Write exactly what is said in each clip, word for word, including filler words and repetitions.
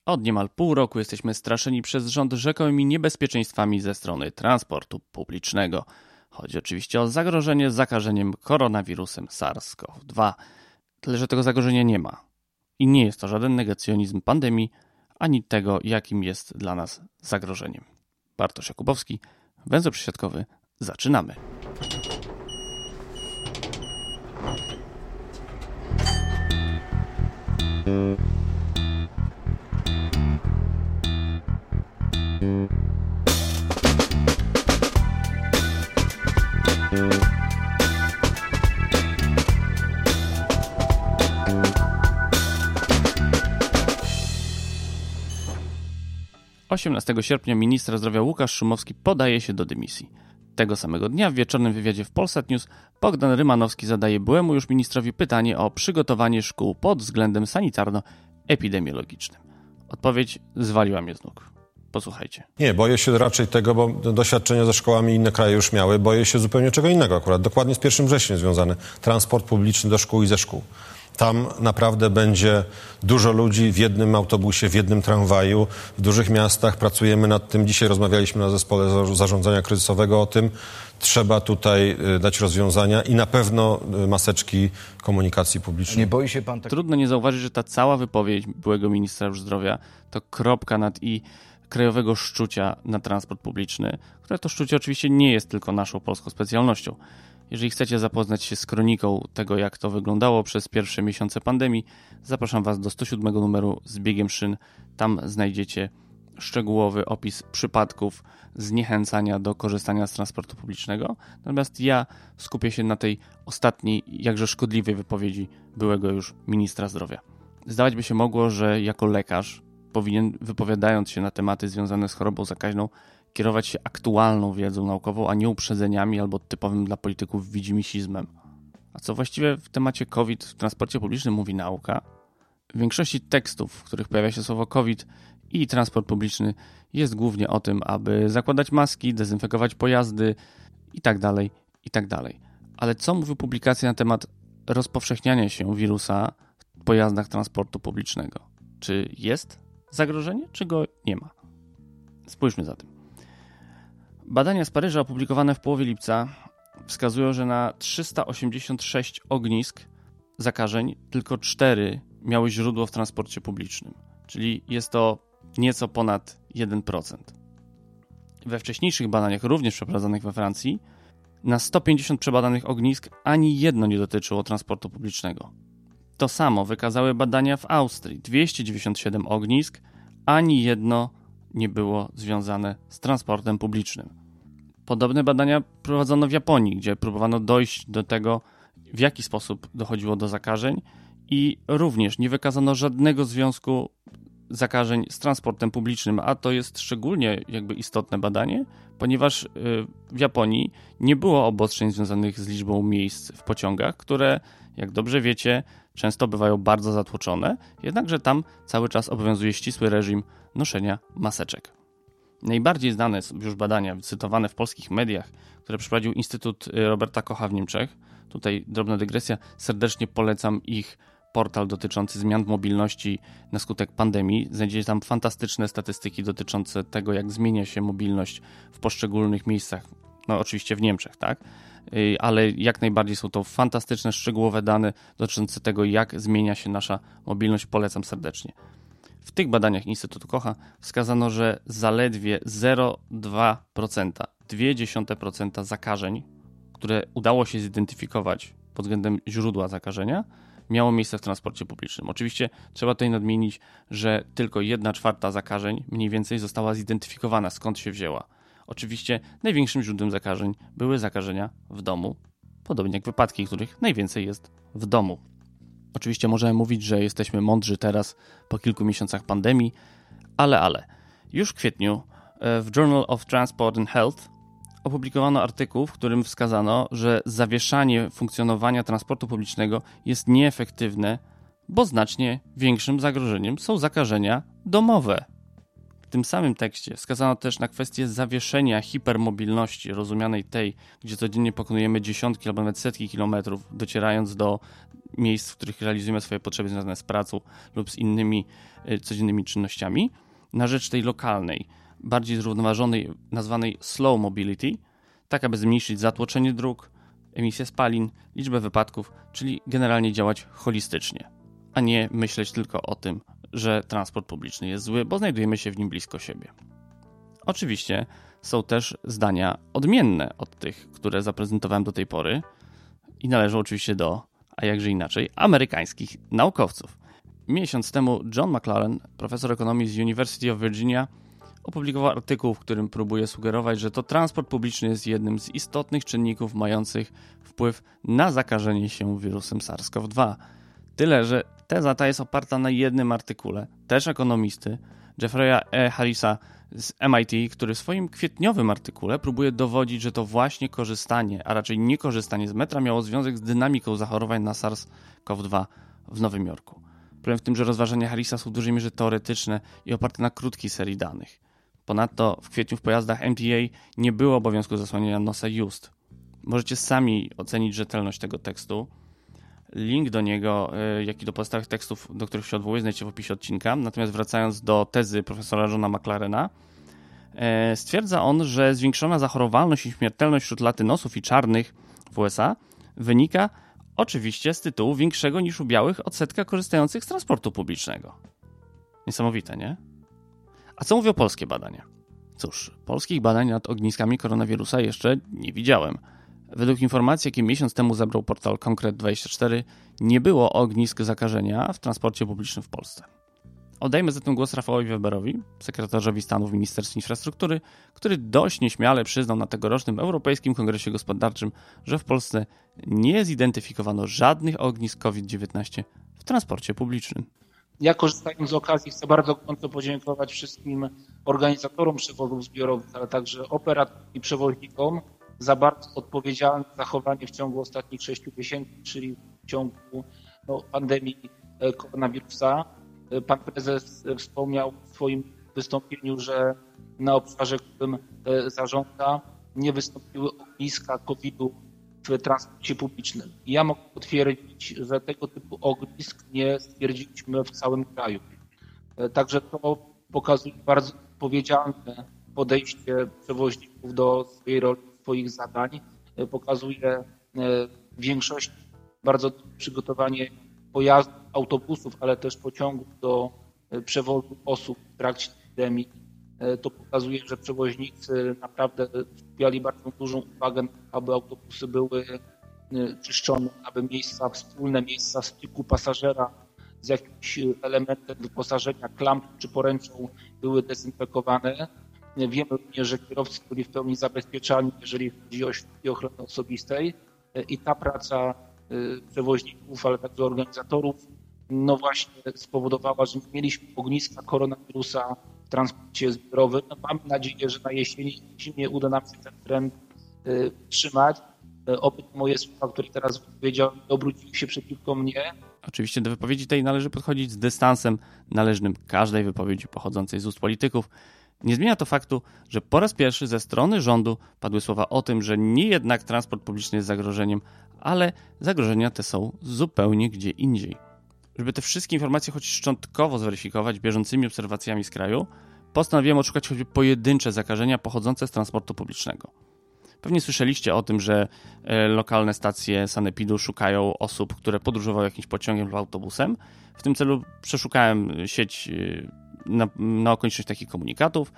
Od niemal pół roku jesteśmy straszeni przez rząd rzekomymi niebezpieczeństwami ze strony transportu publicznego. Chodzi oczywiście o zagrożenie zakażeniem koronawirusem SARS-CoV dwa. Tyle, że tego zagrożenia nie ma. I nie jest to żaden negacjonizm pandemii, ani tego, jakim jest dla nas zagrożeniem. Bartosz Jakubowski, Węzeł Przesiadkowy. Zaczynamy. osiemnastego sierpnia minister zdrowia Łukasz Szumowski podaje się do dymisji. Tego samego dnia w wieczornym wywiadzie w Polsat News Bogdan Rymanowski zadaje byłemu już ministrowi pytanie o przygotowanie szkół pod względem sanitarno-epidemiologicznym. Odpowiedź zwaliła mnie z nóg. Posłuchajcie. Nie, boję się raczej tego, bo doświadczenia ze szkołami inne kraje już miały. Boję się zupełnie czego innego akurat. Dokładnie z pierwszym września związany. Transport publiczny do szkół i ze szkół. Tam naprawdę będzie dużo ludzi w jednym autobusie, w jednym tramwaju. W dużych miastach pracujemy nad tym. Dzisiaj rozmawialiśmy na zespole zarządzania kryzysowego o tym. Trzeba tutaj dać rozwiązania i na pewno maseczki komunikacji publicznej. Nie boi się pan tak... Trudno nie zauważyć, że ta cała wypowiedź byłego ministra już zdrowia to kropka nad i krajowego szczucia na transport publiczny, które to szczucie oczywiście nie jest tylko naszą polską specjalnością. Jeżeli chcecie zapoznać się z kroniką tego, jak to wyglądało przez pierwsze miesiące pandemii, zapraszam Was do sto siódmego numeru z biegiem szyn. Tam znajdziecie szczegółowy opis przypadków zniechęcania do korzystania z transportu publicznego. Natomiast ja skupię się na tej ostatniej, jakże szkodliwej wypowiedzi byłego już ministra zdrowia. Zdawać by się mogło, że jako lekarz powinien, wypowiadając się na tematy związane z chorobą zakaźną, kierować się aktualną wiedzą naukową, a nie uprzedzeniami albo typowym dla polityków widzimisizmem. A co właściwie w temacie COVID w transporcie publicznym mówi nauka? W większości tekstów, w których pojawia się słowo COVID i transport publiczny, jest głównie o tym, aby zakładać maski, dezynfekować pojazdy itd., itd. Ale co mówi publikacja na temat rozpowszechniania się wirusa w pojazdach transportu publicznego? Czy jest zagrożenie, czy go nie ma? Spójrzmy zatem. Badania z Paryża opublikowane w połowie lipca wskazują, że na trzysta osiemdziesiąt sześć ognisk zakażeń tylko cztery miały źródło w transporcie publicznym, czyli jest to nieco ponad jeden procent. We wcześniejszych badaniach, również przeprowadzonych we Francji, na sto pięćdziesiąt przebadanych ognisk ani jedno nie dotyczyło transportu publicznego. To samo wykazały badania w Austrii. dwieście dziewięćdziesiąt siedem ognisk, ani jedno nie było związane z transportem publicznym. Podobne badania prowadzono w Japonii, gdzie próbowano dojść do tego, w jaki sposób dochodziło do zakażeń i również nie wykazano żadnego związku zakażeń z transportem publicznym, a to jest szczególnie jakby istotne badanie, ponieważ w Japonii nie było obostrzeń związanych z liczbą miejsc w pociągach, które, jak dobrze wiecie, często bywają bardzo zatłoczone, jednakże tam cały czas obowiązuje ścisły reżim noszenia maseczek. Najbardziej znane są już badania cytowane w polskich mediach, które przeprowadził Instytut Roberta Kocha w Niemczech. Tutaj drobna dygresja, serdecznie polecam ich portal dotyczący zmian w mobilności na skutek pandemii. Znajdziecie tam fantastyczne statystyki dotyczące tego, jak zmienia się mobilność w poszczególnych miejscach. No oczywiście w Niemczech, tak? Ale jak najbardziej są to fantastyczne, szczegółowe dane dotyczące tego, jak zmienia się nasza mobilność. Polecam serdecznie. W tych badaniach Instytutu Kocha wskazano, że zaledwie zero przecinek dwa procent, zero przecinek dwa procent zakażeń, które udało się zidentyfikować pod względem źródła zakażenia, miało miejsce w transporcie publicznym. Oczywiście trzeba tutaj nadmienić, że tylko jedna czwarta zakażeń mniej więcej została zidentyfikowana, skąd się wzięła. Oczywiście największym źródłem zakażeń były zakażenia w domu, podobnie jak wypadki, których najwięcej jest w domu. Oczywiście możemy mówić, że jesteśmy mądrzy teraz po kilku miesiącach pandemii, ale, ale. Już w kwietniu w Journal of Transport and Health opublikowano artykuł, w którym wskazano, że zawieszanie funkcjonowania transportu publicznego jest nieefektywne, bo znacznie większym zagrożeniem są zakażenia domowe. W tym samym tekście wskazano też na kwestię zawieszenia hipermobilności, rozumianej tej, gdzie codziennie pokonujemy dziesiątki albo nawet setki kilometrów, docierając do miejsc, w których realizujemy swoje potrzeby związane z pracą lub z innymi codziennymi czynnościami, na rzecz tej lokalnej, bardziej zrównoważonej, nazwanej slow mobility, tak aby zmniejszyć zatłoczenie dróg, emisję spalin, liczbę wypadków, czyli generalnie działać holistycznie, a nie myśleć tylko o tym, że transport publiczny jest zły, bo znajdujemy się w nim blisko siebie. Oczywiście są też zdania odmienne od tych, które zaprezentowałem do tej pory i należą oczywiście do, a jakże inaczej, amerykańskich naukowców. Miesiąc temu John McLaren, profesor ekonomii z University of Virginia, opublikował artykuł, w którym próbuje sugerować, że to transport publiczny jest jednym z istotnych czynników mających wpływ na zakażenie się wirusem SARS-CoV dwa. Tyle, że teza ta jest oparta na jednym artykule, też ekonomisty, Jeffrey'a E. Harrisa z M I T, który w swoim kwietniowym artykule próbuje dowodzić, że to właśnie korzystanie, a raczej niekorzystanie z metra miało związek z dynamiką zachorowań na SARS-CoV dwa w Nowym Jorku. Problem w tym, że rozważania Harrisa są w dużej mierze teoretyczne i oparte na krótkiej serii danych. Ponadto w kwietniu w pojazdach M T A nie było obowiązku zasłaniania nosa i ust. Możecie sami ocenić rzetelność tego tekstu. Link do niego, jak i do pozostałych tekstów, do których się odwołuję, znajdziecie w opisie odcinka. Natomiast wracając do tezy profesora Johna McLarena, stwierdza on, że zwiększona zachorowalność i śmiertelność wśród latynosów i czarnych w U S A wynika oczywiście z tytułu większego niż u białych odsetka korzystających z transportu publicznego. Niesamowite, nie? A co mówią polskie badania? Cóż, polskich badań nad ogniskami koronawirusa jeszcze nie widziałem. Według informacji, jakie miesiąc temu zebrał portal Konkret dwadzieścia cztery, nie było ognisk zakażenia w transporcie publicznym w Polsce. Oddajmy zatem głos Rafałowi Weberowi, sekretarzowi stanu w Ministerstwie Infrastruktury, który dość nieśmiale przyznał na tegorocznym Europejskim Kongresie Gospodarczym, że w Polsce nie zidentyfikowano żadnych ognisk COVID dziewiętnaście w transporcie publicznym. Ja, korzystając z okazji, chcę bardzo gorąco podziękować wszystkim organizatorom przewozów zbiorowych, ale także operatorom i przewoźnikom za bardzo odpowiedzialne zachowanie w ciągu ostatnich sześciu miesięcy, czyli w ciągu no, pandemii koronawirusa. Pan prezes wspomniał w swoim wystąpieniu, że na obszarze, którym zarządza, nie wystąpiły ogniska kowida w transporcie publicznym. I ja mogę potwierdzić, że tego typu ognisk nie stwierdziliśmy w całym kraju. Także to pokazuje bardzo odpowiedzialne podejście przewoźników do swojej roli, swoich zadań. Pokazuje w większości bardzo dobre przygotowanie pojazdów, autobusów, ale też pociągów do przewozu osób w trakcie epidemii. To pokazuje, że przewoźnicy naprawdę skupiali bardzo dużą uwagę, aby autobusy były czyszczone, aby miejsca, wspólne miejsca styku pasażera z jakimś elementem wyposażenia, klampą czy poręczą były dezynfekowane. Wiemy również, że kierowcy byli w pełni zabezpieczani, jeżeli chodzi o środki ochrony osobistej i ta praca przewoźników, ale także organizatorów, no właśnie spowodowała, że nie mieliśmy ogniska koronawirusa w transporcie zbiorowym. No mamy nadzieję, że na jesieni i zimie uda nam się ten trend y, trzymać. Oby moje słowa, które teraz wypowiedziałem, obróciły się przeciwko mnie. Oczywiście do wypowiedzi tej należy podchodzić z dystansem należnym każdej wypowiedzi pochodzącej z ust polityków. Nie zmienia to faktu, że po raz pierwszy ze strony rządu padły słowa o tym, że nie jednak transport publiczny jest zagrożeniem, ale zagrożenia te są zupełnie gdzie indziej. Żeby te wszystkie informacje choć szczątkowo zweryfikować bieżącymi obserwacjami z kraju, postanowiłem odszukać choćby pojedyncze zakażenia pochodzące z transportu publicznego. Pewnie słyszeliście o tym, że lokalne stacje sanepidu szukają osób, które podróżowały jakimś pociągiem lub autobusem. W tym celu przeszukałem sieć na, na okoliczność takich komunikatów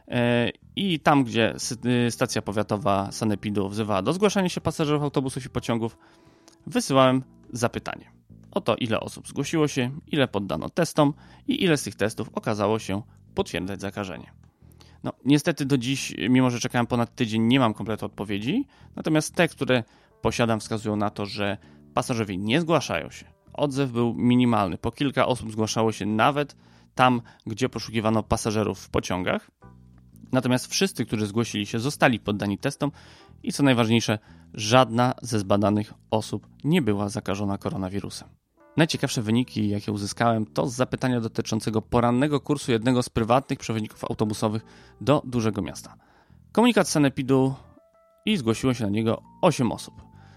i tam, gdzie stacja powiatowa sanepidu wzywała do zgłaszania się pasażerów autobusów i pociągów, wysyłałem zapytanie o to, ile osób zgłosiło się, ile poddano testom i ile z tych testów okazało się potwierdzać zakażenie. No, niestety do dziś, mimo że czekałem ponad tydzień, nie mam kompletu odpowiedzi, natomiast te, które posiadam, wskazują na to, że pasażerowie nie zgłaszają się. Odzew był minimalny. Po kilka osób zgłaszało się nawet tam, gdzie poszukiwano pasażerów w pociągach. Natomiast wszyscy, którzy zgłosili się, zostali poddani testom i co najważniejsze, żadna ze zbadanych osób nie była zakażona koronawirusem. Najciekawsze wyniki, jakie uzyskałem, to z zapytania dotyczącego porannego kursu jednego z prywatnych przewoźników autobusowych do dużego miasta. Komunikat z sanepidu i zgłosiło się na niego osiem osób.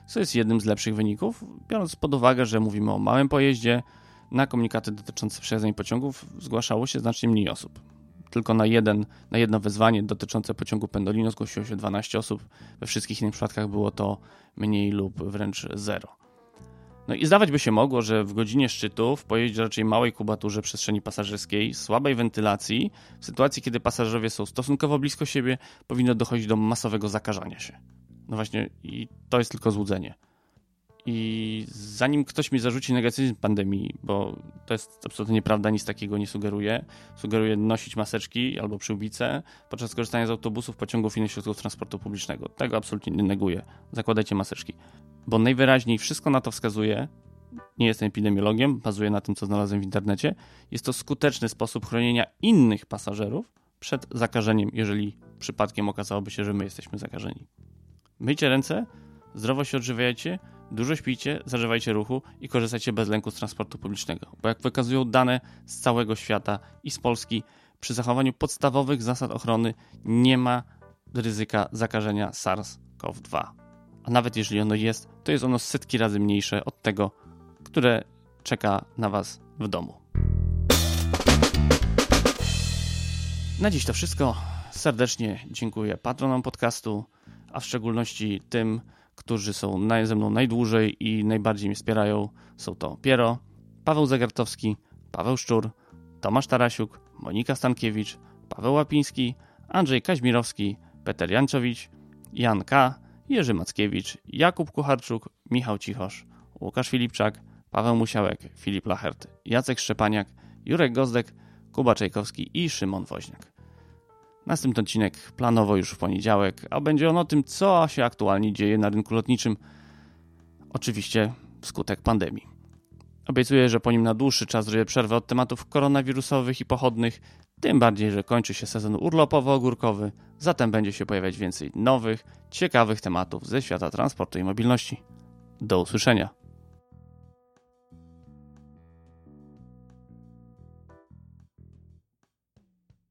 co jest jednym z lepszych wyników, biorąc pod uwagę, że mówimy o małym pojeździe. Na komunikaty dotyczące przejazdu pociągów zgłaszało się znacznie mniej osób. Tylko na, jeden, na jedno wezwanie dotyczące pociągu Pendolino zgłosiło się dwanaście osób. We wszystkich innych przypadkach było to mniej lub wręcz zero. No i zdawać by się mogło, że w godzinie szczytu, w pojeździe raczej małej kubaturze przestrzeni pasażerskiej, słabej wentylacji, w sytuacji, kiedy pasażerowie są stosunkowo blisko siebie, powinno dochodzić do masowego zakażania się. No właśnie, i to jest tylko złudzenie. I zanim ktoś mi zarzuci negacjonizm pandemii, bo to jest absolutnie nieprawda, nic takiego nie sugeruję. Sugeruję nosić maseczki albo przyłbice podczas korzystania z autobusów, pociągów i innych środków transportu publicznego. Tego absolutnie nie neguję. Zakładajcie maseczki. Bo najwyraźniej wszystko na to wskazuje, nie jestem epidemiologiem, bazuję na tym, co znalazłem w internecie, jest to skuteczny sposób chronienia innych pasażerów przed zakażeniem, jeżeli przypadkiem okazałoby się, że my jesteśmy zakażeni. Myjcie ręce, zdrowo się odżywiajcie, dużo śpijcie, zażywajcie ruchu i korzystajcie bez lęku z transportu publicznego. Bo jak wykazują dane z całego świata i z Polski, przy zachowaniu podstawowych zasad ochrony nie ma ryzyka zakażenia SARS CoV dwa. A nawet jeżeli ono jest, to jest ono setki razy mniejsze od tego, które czeka na Was w domu. Na dziś to wszystko. Serdecznie dziękuję patronom podcastu, a w szczególności tym, którzy są ze mną najdłużej i najbardziej mnie wspierają. Są to Piero, Paweł Zagartowski, Paweł Szczur, Tomasz Tarasiuk, Monika Stankiewicz, Paweł Łapiński, Andrzej Kaźmirowski, Peter Janczowicz, Jan K., Jerzy Mackiewicz, Jakub Kucharczuk, Michał Cichosz, Łukasz Filipczak, Paweł Musiałek, Filip Lachert, Jacek Szczepaniak, Jurek Gozdek, Kuba Czajkowski i Szymon Woźniak. Następny odcinek planowo już w poniedziałek, a będzie on o tym, co się aktualnie dzieje na rynku lotniczym. Oczywiście wskutek pandemii. Obiecuję, że po nim na dłuższy czas zrobię przerwę od tematów koronawirusowych i pochodnych, tym bardziej, że kończy się sezon urlopowo-ogórkowy, zatem będzie się pojawiać więcej nowych, ciekawych tematów ze świata transportu i mobilności. Do usłyszenia.